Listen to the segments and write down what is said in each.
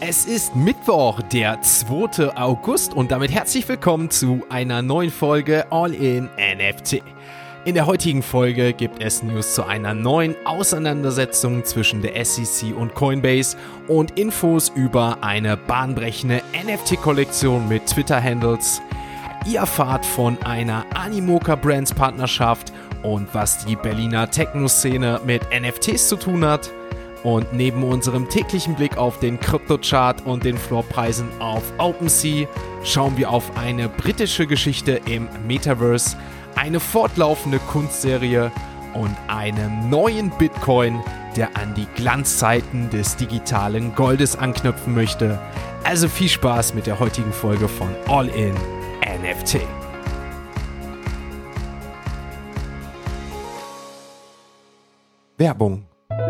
Es ist Mittwoch, der 2. August und damit herzlich willkommen zu einer neuen Folge All in NFT. In der heutigen Folge gibt es News zu einer neuen Auseinandersetzung zwischen der SEC und Coinbase und Infos über eine bahnbrechende NFT-Kollektion mit Twitter-Handles. Ihr erfahrt von einer Animoca Brands Partnerschaft und was die Berliner Techno-Szene mit NFTs zu tun hat. Und neben unserem täglichen Blick auf den Kryptochart und den Floorpreisen auf OpenSea schauen wir auf eine britische Geschichte im Metaverse, eine fortlaufende Kunstserie und einen neuen Bitcoin, der an die Glanzzeiten des digitalen Goldes anknüpfen möchte. Also viel Spaß mit der heutigen Folge von All in NFT. Werbung.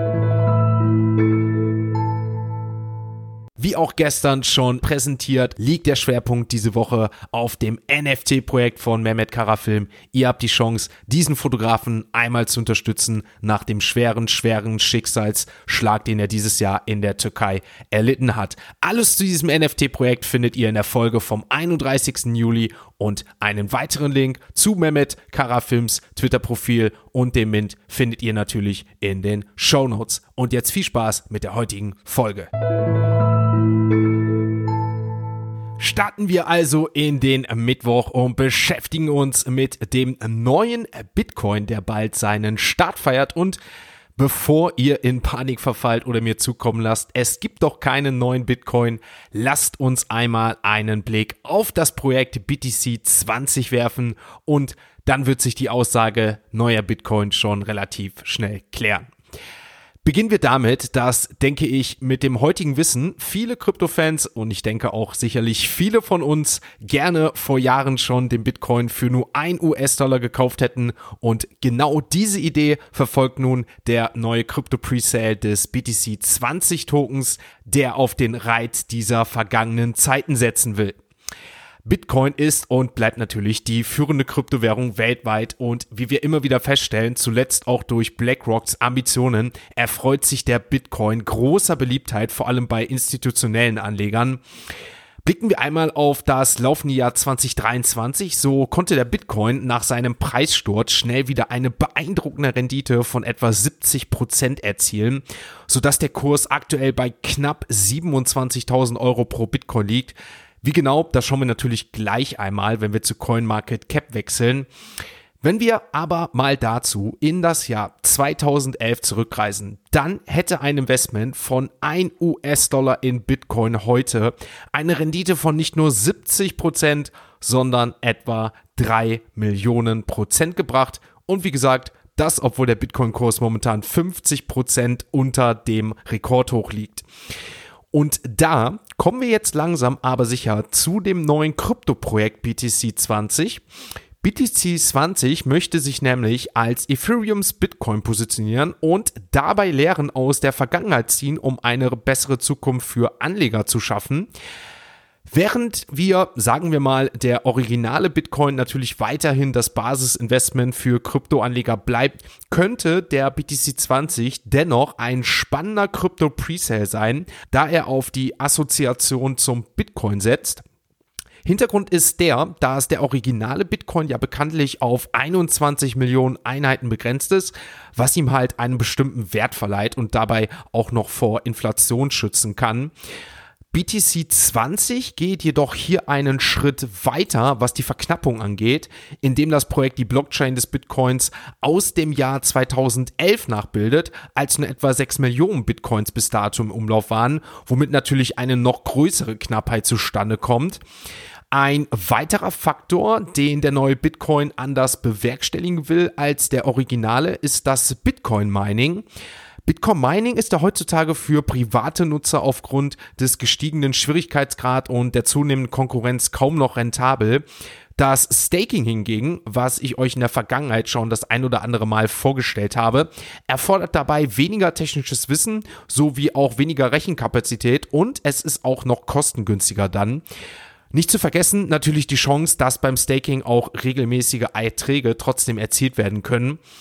Wie auch gestern schon präsentiert, liegt der Schwerpunkt diese Woche auf dem NFT-Projekt von Mehmet Karafilm. Ihr habt die Chance, diesen Fotografen einmal zu unterstützen nach dem schweren Schicksalsschlag, den er dieses Jahr in der Türkei erlitten hat. Alles zu diesem NFT-Projekt findet ihr in der Folge vom 31. Juli und einen weiteren Link zu Mehmet Karafilms Twitter-Profil und dem Mint findet ihr natürlich in den Shownotes. Und jetzt viel Spaß mit der heutigen Folge. Starten wir also in den Mittwoch und beschäftigen uns mit dem neuen Bitcoin, der bald seinen Start feiert. Und bevor ihr in Panik verfallt oder mir zukommen lasst, es gibt doch keinen neuen Bitcoin, lasst uns einmal einen Blick auf das Projekt BTC20 werfen und dann wird sich die Aussage neuer Bitcoin schon relativ schnell klären. Beginnen wir damit, dass, denke ich, mit dem heutigen Wissen viele Kryptofans und ich denke auch sicherlich viele von uns gerne vor Jahren schon den Bitcoin für nur $1 gekauft hätten und genau diese Idee verfolgt nun der neue Krypto-Presale des BTC20 Tokens, der auf den Reiz dieser vergangenen Zeiten setzen will. Bitcoin ist und bleibt natürlich die führende Kryptowährung weltweit und wie wir immer wieder feststellen, zuletzt auch durch BlackRocks Ambitionen, erfreut sich der Bitcoin großer Beliebtheit, vor allem bei institutionellen Anlegern. Blicken wir einmal auf das laufende Jahr 2023, so konnte der Bitcoin nach seinem Preissturz schnell wieder eine beeindruckende Rendite von etwa 70% erzielen, sodass der Kurs aktuell bei knapp 27.000 Euro pro Bitcoin liegt. Wie genau, das schauen wir natürlich gleich einmal, wenn wir zu CoinMarketCap wechseln. Wenn wir aber mal dazu in das Jahr 2011 zurückreisen, dann hätte ein Investment von $1 in Bitcoin heute eine Rendite von nicht nur 70%, sondern etwa 3 Millionen Prozent gebracht. Und wie gesagt, das, obwohl der Bitcoin-Kurs momentan 50% unter dem Rekordhoch liegt. Und da kommen wir jetzt langsam aber sicher zu dem neuen Krypto-Projekt BTC20. BTC20 möchte sich nämlich als Ethereums Bitcoin positionieren und dabei Lehren aus der Vergangenheit ziehen, um eine bessere Zukunft für Anleger zu schaffen. Während sagen wir mal, der originale Bitcoin natürlich weiterhin das Basisinvestment für Kryptoanleger bleibt, könnte der BTC20 dennoch ein spannender Krypto-Presale sein, da er auf die Assoziation zum Bitcoin setzt. Hintergrund ist dass der originale Bitcoin ja bekanntlich auf 21 Millionen Einheiten begrenzt ist, was ihm halt einen bestimmten Wert verleiht und dabei auch noch vor Inflation schützen kann. BTC20 geht jedoch hier einen Schritt weiter, was die Verknappung angeht, indem das Projekt die Blockchain des Bitcoins aus dem Jahr 2011 nachbildet, als nur etwa 6 Millionen Bitcoins bis dato im Umlauf waren, womit natürlich eine noch größere Knappheit zustande kommt. Ein weiterer Faktor, den der neue Bitcoin anders bewerkstelligen will als der originale, ist das Bitcoin-Mining. Bitcoin-Mining ist ja heutzutage für private Nutzer aufgrund des gestiegenen Schwierigkeitsgrad und der zunehmenden Konkurrenz kaum noch rentabel. Das Staking hingegen, was ich euch in der Vergangenheit schon das ein oder andere Mal vorgestellt habe, erfordert dabei weniger technisches Wissen sowie auch weniger Rechenkapazität und es ist auch noch kostengünstiger dann. Nicht zu vergessen natürlich die Chance, dass beim Staking auch regelmäßige Erträge trotzdem erzielt werden können.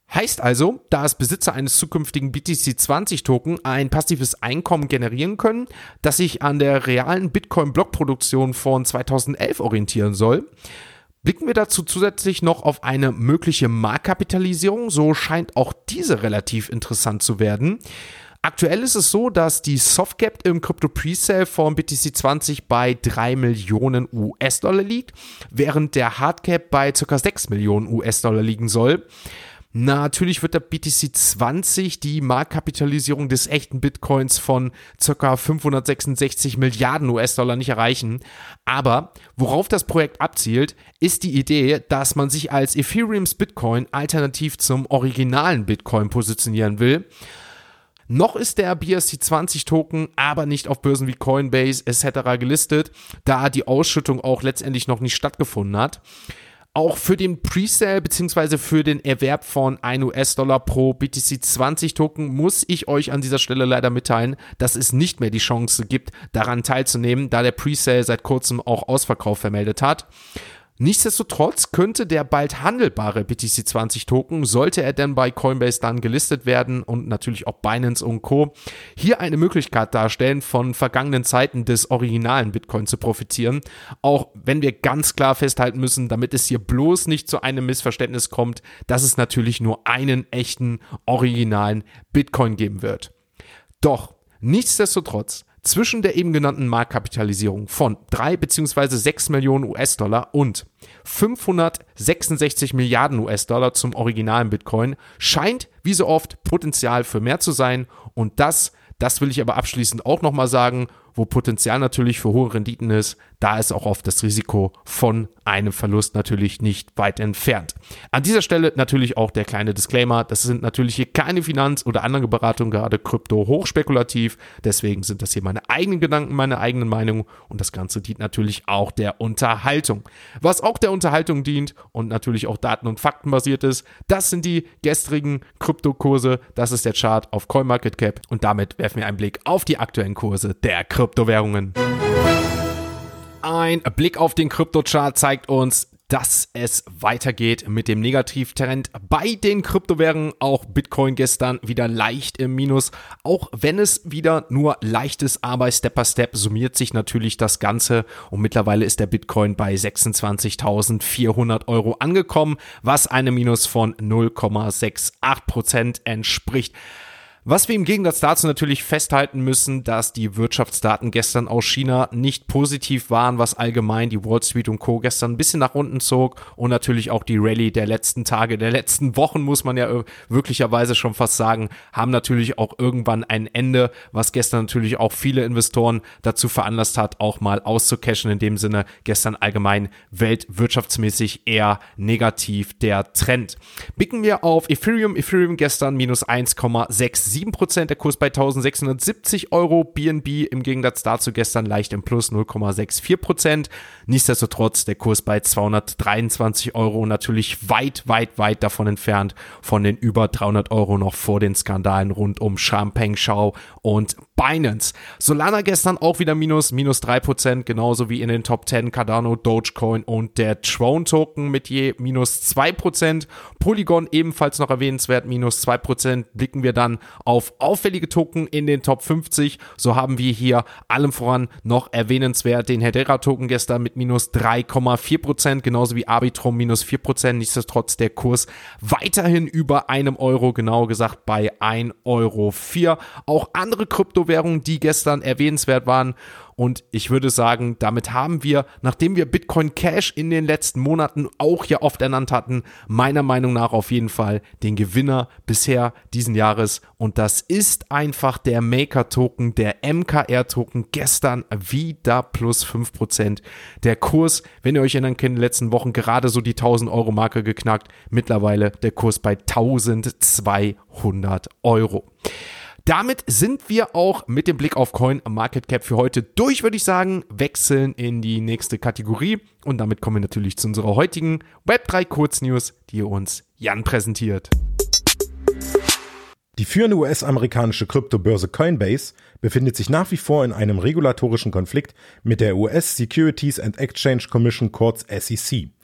Heißt also, dass Besitzer eines zukünftigen BTC20-Token ein passives Einkommen generieren können, das sich an der realen Bitcoin-Blockproduktion von 2011 orientieren soll. Blicken wir dazu zusätzlich noch auf eine mögliche Marktkapitalisierung, so scheint auch diese relativ interessant zu werden. Aktuell ist es so, dass die Softcap im Krypto-Presale von BTC20 bei 3 Millionen US-Dollar liegt, während der Hardcap bei ca. 6 Millionen US-Dollar liegen soll. Natürlich wird der BTC20 die Marktkapitalisierung des echten Bitcoins von ca. 566 Milliarden US-Dollar nicht erreichen. Aber worauf das Projekt abzielt, ist die Idee, dass man sich als Ethereums Bitcoin alternativ zum originalen Bitcoin positionieren will. Noch ist der BSC20-Token aber nicht auf Börsen wie Coinbase etc. gelistet, da die Ausschüttung auch letztendlich noch nicht stattgefunden hat. Auch für den Presale bzw. für den Erwerb von 1 US-Dollar pro BTC20-Token muss ich euch an dieser Stelle leider mitteilen, dass es nicht mehr die Chance gibt, daran teilzunehmen, da der Presale seit kurzem auch Ausverkauf vermeldet hat. Nichtsdestotrotz könnte der bald handelbare BTC20-Token, sollte er denn bei Coinbase dann gelistet werden und natürlich auch Binance und Co., hier eine Möglichkeit darstellen, von vergangenen Zeiten des originalen Bitcoin zu profitieren, auch wenn wir ganz klar festhalten müssen, damit es hier bloß nicht zu einem Missverständnis kommt, dass es natürlich nur einen echten, originalen Bitcoin geben wird. Doch, nichtsdestotrotz, zwischen der eben genannten Marktkapitalisierung von 3 bzw. 6 Millionen US-Dollar und 566 Milliarden US-Dollar zum originalen Bitcoin scheint wie so oft Potenzial für mehr zu sein, und das will ich aber abschließend auch nochmal sagen, wo Potenzial natürlich für hohe Renditen ist, da ist auch oft das Risiko von einem Verlust natürlich nicht weit entfernt. An dieser Stelle natürlich auch der kleine Disclaimer, das sind natürlich hier keine Finanz- oder andere Beratungen, gerade Krypto hochspekulativ, deswegen sind das hier meine eigenen Gedanken, meine eigenen Meinungen, und das Ganze dient natürlich auch der Unterhaltung. Was auch der Unterhaltung dient und natürlich auch daten- und faktenbasiert ist, das sind die gestrigen Kryptokurse, das ist der Chart auf CoinMarketCap, und damit werfen wir einen Blick auf die aktuellen Kurse der Kryptowährungen. Ein Blick auf den Kryptochart zeigt uns, dass es weitergeht mit dem Negativtrend bei den Kryptowährungen. Auch Bitcoin gestern wieder leicht im Minus, auch wenn es wieder nur leicht ist, aber Step by Step summiert sich natürlich das Ganze, und mittlerweile ist der Bitcoin bei 26.400 Euro angekommen, was einem Minus von 0,68% entspricht. Was wir im Gegensatz dazu natürlich festhalten müssen, dass die Wirtschaftsdaten gestern aus China nicht positiv waren, was allgemein die Wall Street und Co. gestern ein bisschen nach unten zog, und natürlich auch die Rallye der letzten Tage, der letzten Wochen, muss man ja wirklicherweise schon fast sagen, haben natürlich auch irgendwann ein Ende, was gestern natürlich auch viele Investoren dazu veranlasst hat, auch mal auszucashen. In dem Sinne gestern allgemein weltwirtschaftsmäßig eher negativ der Trend. Blicken wir auf Ethereum gestern minus 1,67%, der Kurs bei 1670 Euro, BNB im Gegensatz dazu gestern leicht im Plus 0,64%, nichtsdestotrotz der Kurs bei 223 Euro, natürlich weit davon entfernt von den über 300 Euro noch vor den Skandalen rund um Champagne Show und Binance. Solana gestern auch wieder minus 3%, genauso wie in den Top 10 Cardano, Dogecoin und der Tron Token mit je minus 2%. Polygon ebenfalls noch erwähnenswert, minus 2%. Blicken wir dann auf auffällige Token in den Top 50. So haben wir hier allem voran noch erwähnenswert den Hedera Token gestern mit minus 3,4%, genauso wie Arbitrum minus 4%. Nichtsdestotrotz der Kurs weiterhin über einem Euro, genauer gesagt bei 1,04 Euro. Auch andere Kryptowährungen, die gestern erwähnenswert waren. Und ich würde sagen, damit haben wir, nachdem wir Bitcoin Cash in den letzten Monaten auch ja oft ernannt hatten, meiner Meinung nach auf jeden Fall den Gewinner bisher diesen Jahres. Und das ist einfach der Maker-Token, der MKR-Token, gestern wieder plus 5%. Der Kurs, wenn ihr euch erinnern könnt, in den letzten Wochen gerade so die 1.000-Euro-Marke geknackt. Mittlerweile der Kurs bei 1.200 Euro. Damit sind wir auch mit dem Blick auf CoinMarketCap für heute durch, würde ich sagen. Wechseln in die nächste Kategorie, und damit kommen wir natürlich zu unserer heutigen Web3 Kurznews, die uns Jan präsentiert. Die führende US-amerikanische Kryptobörse Coinbase befindet sich nach wie vor in einem regulatorischen Konflikt mit der US Securities and Exchange Commission, kurz SEC.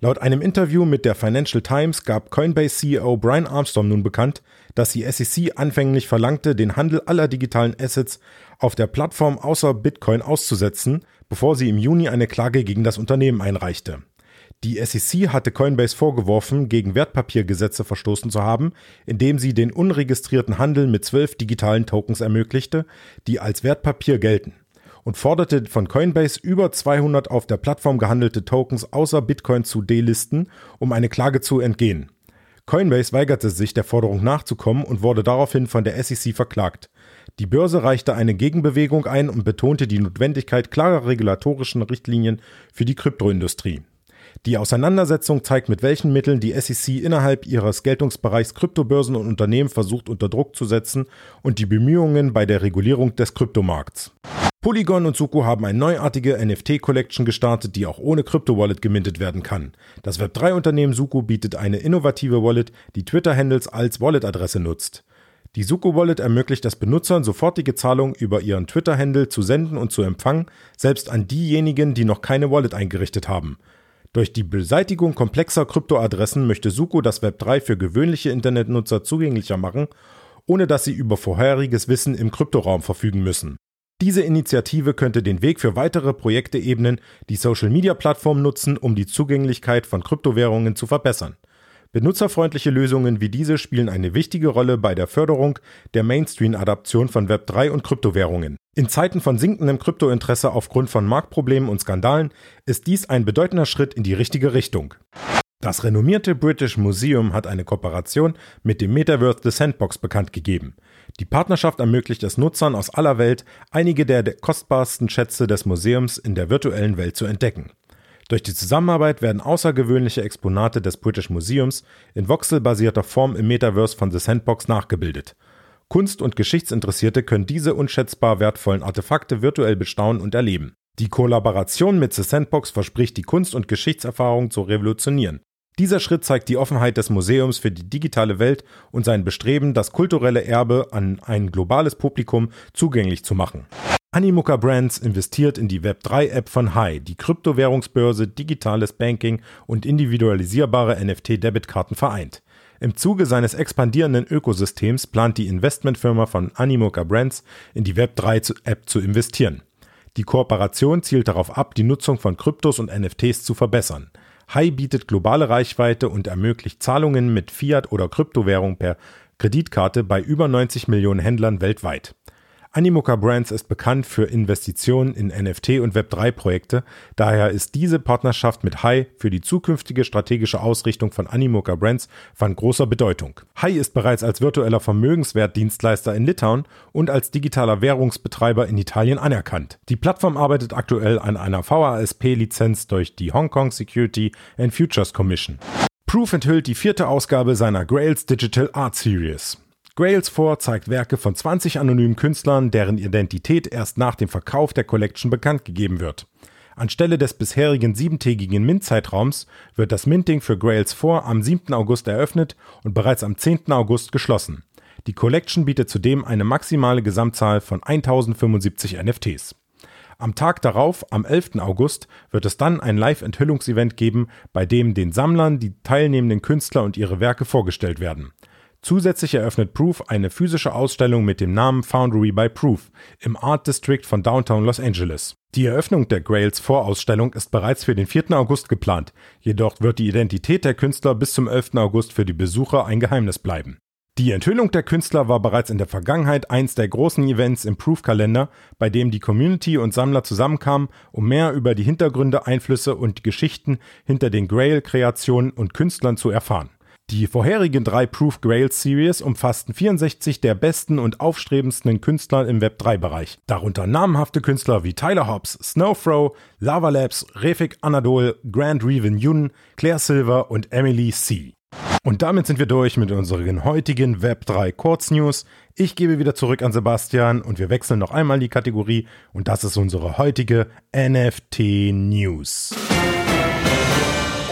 Laut einem Interview mit der Financial Times gab Coinbase-CEO Brian Armstrong nun bekannt, dass die SEC anfänglich verlangte, den Handel aller digitalen Assets auf der Plattform außer Bitcoin auszusetzen, bevor sie im Juni eine Klage gegen das Unternehmen einreichte. Die SEC hatte Coinbase vorgeworfen, gegen Wertpapiergesetze verstoßen zu haben, indem sie den unregistrierten Handel mit 12 digitalen Tokens ermöglichte, die als Wertpapier gelten, und forderte von Coinbase über 200 auf der Plattform gehandelte Tokens außer Bitcoin zu delisten, um eine Klage zu entgehen. Coinbase weigerte sich, der Forderung nachzukommen und wurde daraufhin von der SEC verklagt. Die Börse reichte eine Gegenbewegung ein und betonte die Notwendigkeit klarer regulatorischen Richtlinien für die Kryptoindustrie. Die Auseinandersetzung zeigt, mit welchen Mitteln die SEC innerhalb ihres Geltungsbereichs Kryptobörsen und Unternehmen versucht unter Druck zu setzen und die Bemühungen bei der Regulierung des Kryptomarkts. Polygon und Suko haben eine neuartige NFT-Collection gestartet, die auch ohne Krypto-Wallet gemintet werden kann. Das Web3-Unternehmen Suko bietet eine innovative Wallet, die Twitter-Handles als Wallet-Adresse nutzt. Die Suko-Wallet ermöglicht es Benutzern, sofortige Zahlungen über ihren Twitter-Handle zu senden und zu empfangen, selbst an diejenigen, die noch keine Wallet eingerichtet haben. Durch die Beseitigung komplexer Kryptoadressen möchte Suko das Web3 für gewöhnliche Internetnutzer zugänglicher machen, ohne dass sie über vorheriges Wissen im Kryptoraum verfügen müssen. Diese Initiative könnte den Weg für weitere Projekte ebnen, die Social-Media-Plattformen nutzen, um die Zugänglichkeit von Kryptowährungen zu verbessern. Benutzerfreundliche Lösungen wie diese spielen eine wichtige Rolle bei der Förderung der Mainstream-Adaption von Web3 und Kryptowährungen. In Zeiten von sinkendem Kryptointeresse aufgrund von Marktproblemen und Skandalen ist dies ein bedeutender Schritt in die richtige Richtung. Das renommierte British Museum hat eine Kooperation mit dem Metaverse The Sandbox bekannt gegeben. Die Partnerschaft ermöglicht es Nutzern aus aller Welt, einige der kostbarsten Schätze des Museums in der virtuellen Welt zu entdecken. Durch die Zusammenarbeit werden außergewöhnliche Exponate des British Museums in voxelbasierter Form im Metaverse von The Sandbox nachgebildet. Kunst- und Geschichtsinteressierte können diese unschätzbar wertvollen Artefakte virtuell bestaunen und erleben. Die Kollaboration mit The Sandbox verspricht, die Kunst- und Geschichtserfahrung zu revolutionieren. Dieser Schritt zeigt die Offenheit des Museums für die digitale Welt und sein Bestreben, das kulturelle Erbe an ein globales Publikum zugänglich zu machen. Animoca Brands investiert in die Web3-App von Hai, die Kryptowährungsbörse, digitales Banking und individualisierbare NFT-Debitkarten vereint. Im Zuge seines expandierenden Ökosystems plant die Investmentfirma von Animoca Brands in die Web3-App zu investieren. Die Kooperation zielt darauf ab, die Nutzung von Kryptos und NFTs zu verbessern. Hai bietet globale Reichweite und ermöglicht Zahlungen mit Fiat- oder Kryptowährung per Kreditkarte bei über 90 Millionen Händlern weltweit. Animoca Brands ist bekannt für Investitionen in NFT- und Web3-Projekte, daher ist diese Partnerschaft mit Hai für die zukünftige strategische Ausrichtung von Animoca Brands von großer Bedeutung. Hai ist bereits als virtueller Vermögenswertdienstleister in Litauen und als digitaler Währungsbetreiber in Italien anerkannt. Die Plattform arbeitet aktuell an einer VASP-Lizenz durch die Hong Kong Security and Futures Commission. Proof enthüllt die 4. Ausgabe seiner Grails Digital Art Series. Grails 4 zeigt Werke von 20 anonymen Künstlern, deren Identität erst nach dem Verkauf der Collection bekannt gegeben wird. Anstelle des bisherigen 7-tägigen Mint-Zeitraums wird das Minting für Grails 4 am 7. August eröffnet und bereits am 10. August geschlossen. Die Collection bietet zudem eine maximale Gesamtzahl von 1075 NFTs. Am Tag darauf, am 11. August, wird es dann ein Live-Enthüllungsevent geben, bei dem den Sammlern die teilnehmenden Künstler und ihre Werke vorgestellt werden. Zusätzlich eröffnet Proof eine physische Ausstellung mit dem Namen Foundry by Proof im Art District von Downtown Los Angeles. Die Eröffnung der Grails 4 Ausstellung ist bereits für den 4. August geplant, jedoch wird die Identität der Künstler bis zum 11. August für die Besucher ein Geheimnis bleiben. Die Enthüllung der Künstler war bereits in der Vergangenheit eins der großen Events im Proof-Kalender, bei dem die Community und Sammler zusammenkamen, um mehr über die Hintergründe, Einflüsse und die Geschichten hinter den Grail-Kreationen und Künstlern zu erfahren. Die vorherigen 3 Proof Grails Series umfassten 64 der besten und aufstrebendsten Künstler im Web3-Bereich. Darunter namhafte Künstler wie Tyler Hobbs, Snowthrow, Lava Labs, Refik Anadol, Grant Reven Yun, Claire Silver und Emily C. Und damit sind wir durch mit unseren heutigen Web3 Kurznews. Ich gebe wieder zurück an Sebastian und wir wechseln noch einmal die Kategorie und das ist unsere heutige NFT News.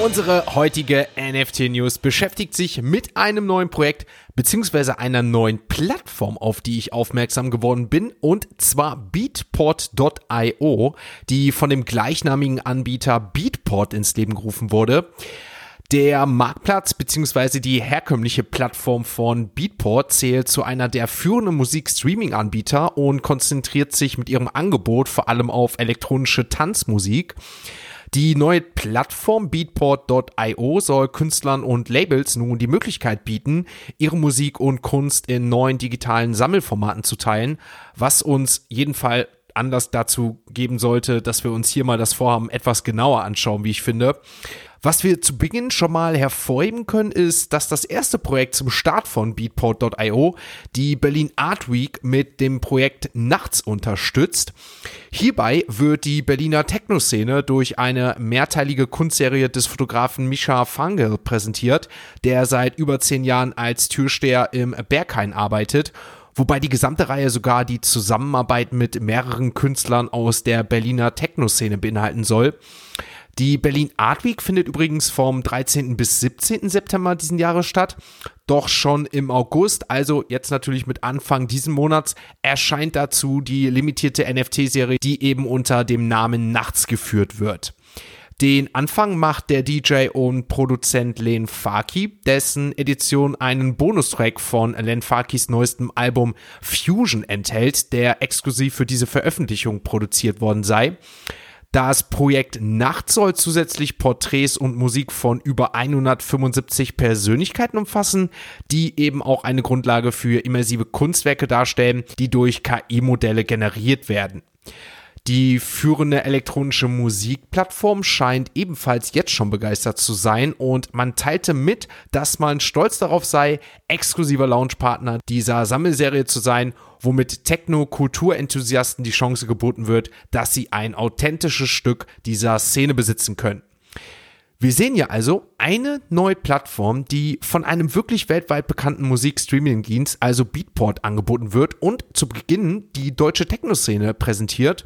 Unsere heutige NFT-News beschäftigt sich mit einem neuen Projekt bzw. einer neuen Plattform, auf die ich aufmerksam geworden bin, und zwar Beatport.io, die von dem gleichnamigen Anbieter Beatport ins Leben gerufen wurde. Der Marktplatz bzw. die herkömmliche Plattform von Beatport zählt zu einer der führenden Musik-Streaming-Anbieter und konzentriert sich mit ihrem Angebot vor allem auf elektronische Tanzmusik. Die neue Plattform Beatport.io soll Künstlern und Labels nun die Möglichkeit bieten, ihre Musik und Kunst in neuen digitalen Sammelformaten zu teilen, was uns jedenfalls Anlass dazu geben sollte, dass wir uns hier mal das Vorhaben etwas genauer anschauen, wie ich finde. Was wir zu Beginn schon mal hervorheben können, ist, dass das erste Projekt zum Start von Beatport.io die Berlin Art Week mit dem Projekt Nachts unterstützt. Hierbei wird die Berliner Techno-Szene durch eine mehrteilige Kunstserie des Fotografen Mischa Fangel präsentiert, der seit über 10 Jahren als Türsteher im Berghain arbeitet, wobei die gesamte Reihe sogar die Zusammenarbeit mit mehreren Künstlern aus der Berliner Techno-Szene beinhalten soll. Die Berlin Art Week findet übrigens vom 13. bis 17. September diesen Jahres statt. Doch schon im August, also jetzt natürlich mit Anfang diesen Monats, erscheint dazu die limitierte NFT-Serie, die eben unter dem Namen Nachts geführt wird. Den Anfang macht der DJ und Produzent Len Faki, dessen Edition einen Bonustrack von Len Fakis neuestem Album Fusion enthält, der exklusiv für diese Veröffentlichung produziert worden sei. Das Projekt Nacht soll zusätzlich Porträts und Musik von über 175 Persönlichkeiten umfassen, die eben auch eine Grundlage für immersive Kunstwerke darstellen, die durch KI-Modelle generiert werden. Die führende elektronische Musikplattform scheint ebenfalls jetzt schon begeistert zu sein und man teilte mit, dass man stolz darauf sei, exklusiver Launchpartner dieser Sammelserie zu sein, womit Techno-Kulturenthusiasten die Chance geboten wird, dass sie ein authentisches Stück dieser Szene besitzen können. Wir sehen ja also eine neue Plattform, die von einem wirklich weltweit bekannten Musikstreaming-Dienst, also Beatport, angeboten wird und zu Beginn die deutsche Techno-Szene präsentiert.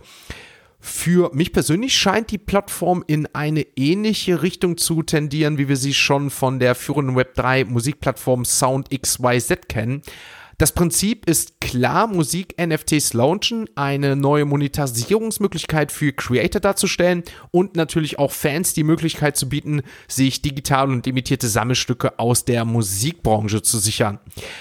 Für mich persönlich scheint die Plattform in eine ähnliche Richtung zu tendieren, wie wir sie schon von der führenden Web3-Musikplattform SoundXYZ kennen. Das Prinzip ist klar, Musik-NFTs launchen, eine neue Monetarisierungsmöglichkeit für Creator darzustellen und natürlich auch Fans die Möglichkeit zu bieten, sich digital und limitierte Sammelstücke aus der Musikbranche zu sichern.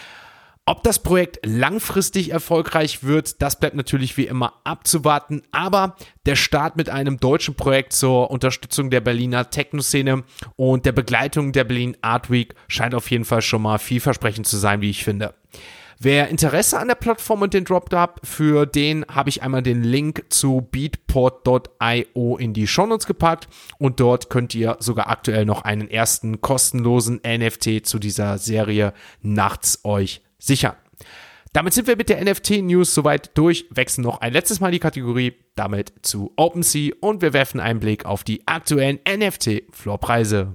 Ob das Projekt langfristig erfolgreich wird, das bleibt natürlich wie immer abzuwarten, aber der Start mit einem deutschen Projekt zur Unterstützung der Berliner Techno-Szene und der Begleitung der Berlin Art Week scheint auf jeden Fall schon mal vielversprechend zu sein, wie ich finde. Wer Interesse an der Plattform und den Drop hat, für den habe ich einmal den Link zu Beatport.io in die Shownotes gepackt und dort könnt ihr sogar aktuell noch einen ersten kostenlosen NFT zu dieser Serie Nachts euch sichern. Damit sind wir mit der NFT-News soweit durch, wechseln noch ein letztes Mal die Kategorie, damit zu OpenSea und wir werfen einen Blick auf die aktuellen NFT-Floorpreise.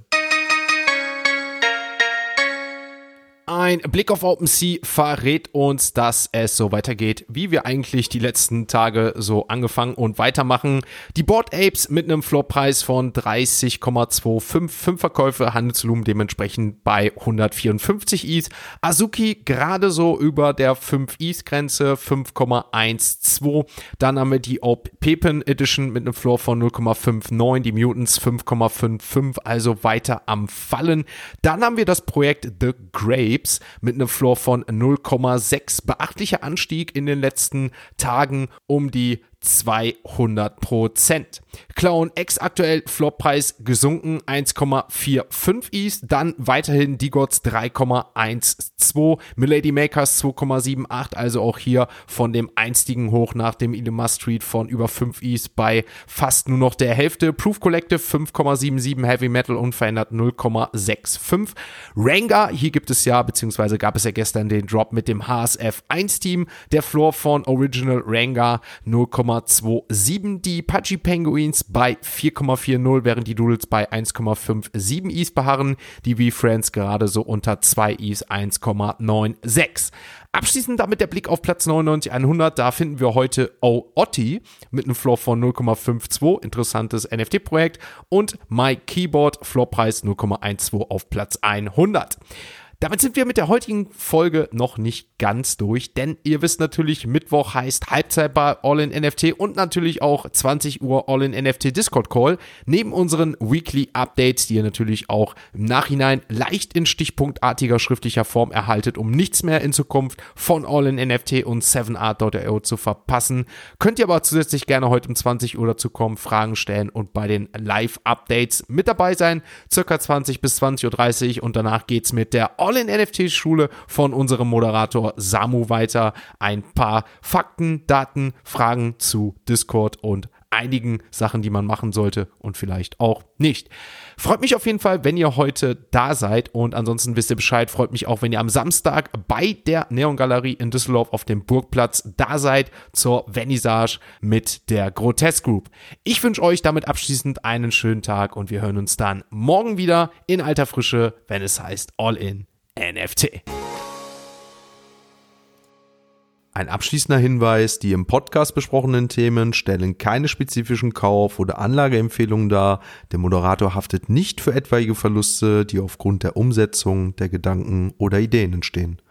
Ein Blick auf OpenSea verrät uns, dass es so weitergeht, wie wir eigentlich die letzten Tage so angefangen und weitermachen. Die Bored Apes mit einem Floorpreis von 30,255 Verkäufe, Handelsvolumen dementsprechend bei 154 ETH. Azuki gerade so über der 5 ETH-Grenze, 5,12. Dann haben wir die Pepen Edition mit einem Floor von 0,59, die Mutants 5,55, also weiter am Fallen. Dann haben wir das Projekt The Grapes mit einem Floor von 0,6. Beachtlicher Anstieg in den letzten Tagen um die 200%. Clown X aktuell Floppreis gesunken 1,45 ETH, dann weiterhin DeGods 3,12, Milady Makers 2,78, also auch hier von dem einstigen Hoch nach dem Ilima Street von über 5 ETH bei fast nur noch der Hälfte. Proof Collective 5,77, Heavy Metal unverändert 0,65. Ranga, hier gibt es ja, beziehungsweise gab es ja gestern den Drop mit dem HSF 1 Team, der Floor von Original Ranga 0,65 1,27, die Pudgy Penguins bei 4,40, während die Doodles bei 1,57 ETH beharren, die V-Friends gerade so unter 2 ETH 1,96. Abschließend damit der Blick auf Platz 99100, da finden wir heute OOTI mit einem Floor von 0,52, interessantes NFT-Projekt, und MyKeyboard, Floorpreis 0,12 auf Platz 100. Damit sind wir mit der heutigen Folge noch nicht ganz durch, denn ihr wisst natürlich, Mittwoch heißt Halbzeit bei All-in-NFT und natürlich auch 20 Uhr All-in-NFT Discord-Call. Neben unseren Weekly Updates, die ihr natürlich auch im Nachhinein leicht in stichpunktartiger schriftlicher Form erhaltet, um nichts mehr in Zukunft von All-in-NFT und 7art.io zu verpassen, könnt ihr aber zusätzlich gerne heute um 20 Uhr dazu kommen, Fragen stellen und bei den Live-Updates mit dabei sein, circa 20 bis 20.30 Uhr, und danach geht's mit der All-in-NFT-Schule von unserem Moderator Samu weiter. Ein paar Fakten, Daten, Fragen zu Discord und einigen Sachen, die man machen sollte und vielleicht auch nicht. Freut mich auf jeden Fall, wenn ihr heute da seid, und ansonsten wisst ihr Bescheid. Freut mich auch, wenn ihr am Samstag bei der Neon Galerie in Düsseldorf auf dem Burgplatz da seid zur Vernissage mit der Grotesque Group. Ich wünsche euch damit abschließend einen schönen Tag und wir hören uns dann morgen wieder in alter Frische, wenn es heißt All-in NFT. Ein abschließender Hinweis: Die im Podcast besprochenen Themen stellen keine spezifischen Kauf- oder Anlageempfehlungen dar. Der Moderator haftet nicht für etwaige Verluste, die aufgrund der Umsetzung der Gedanken oder Ideen entstehen.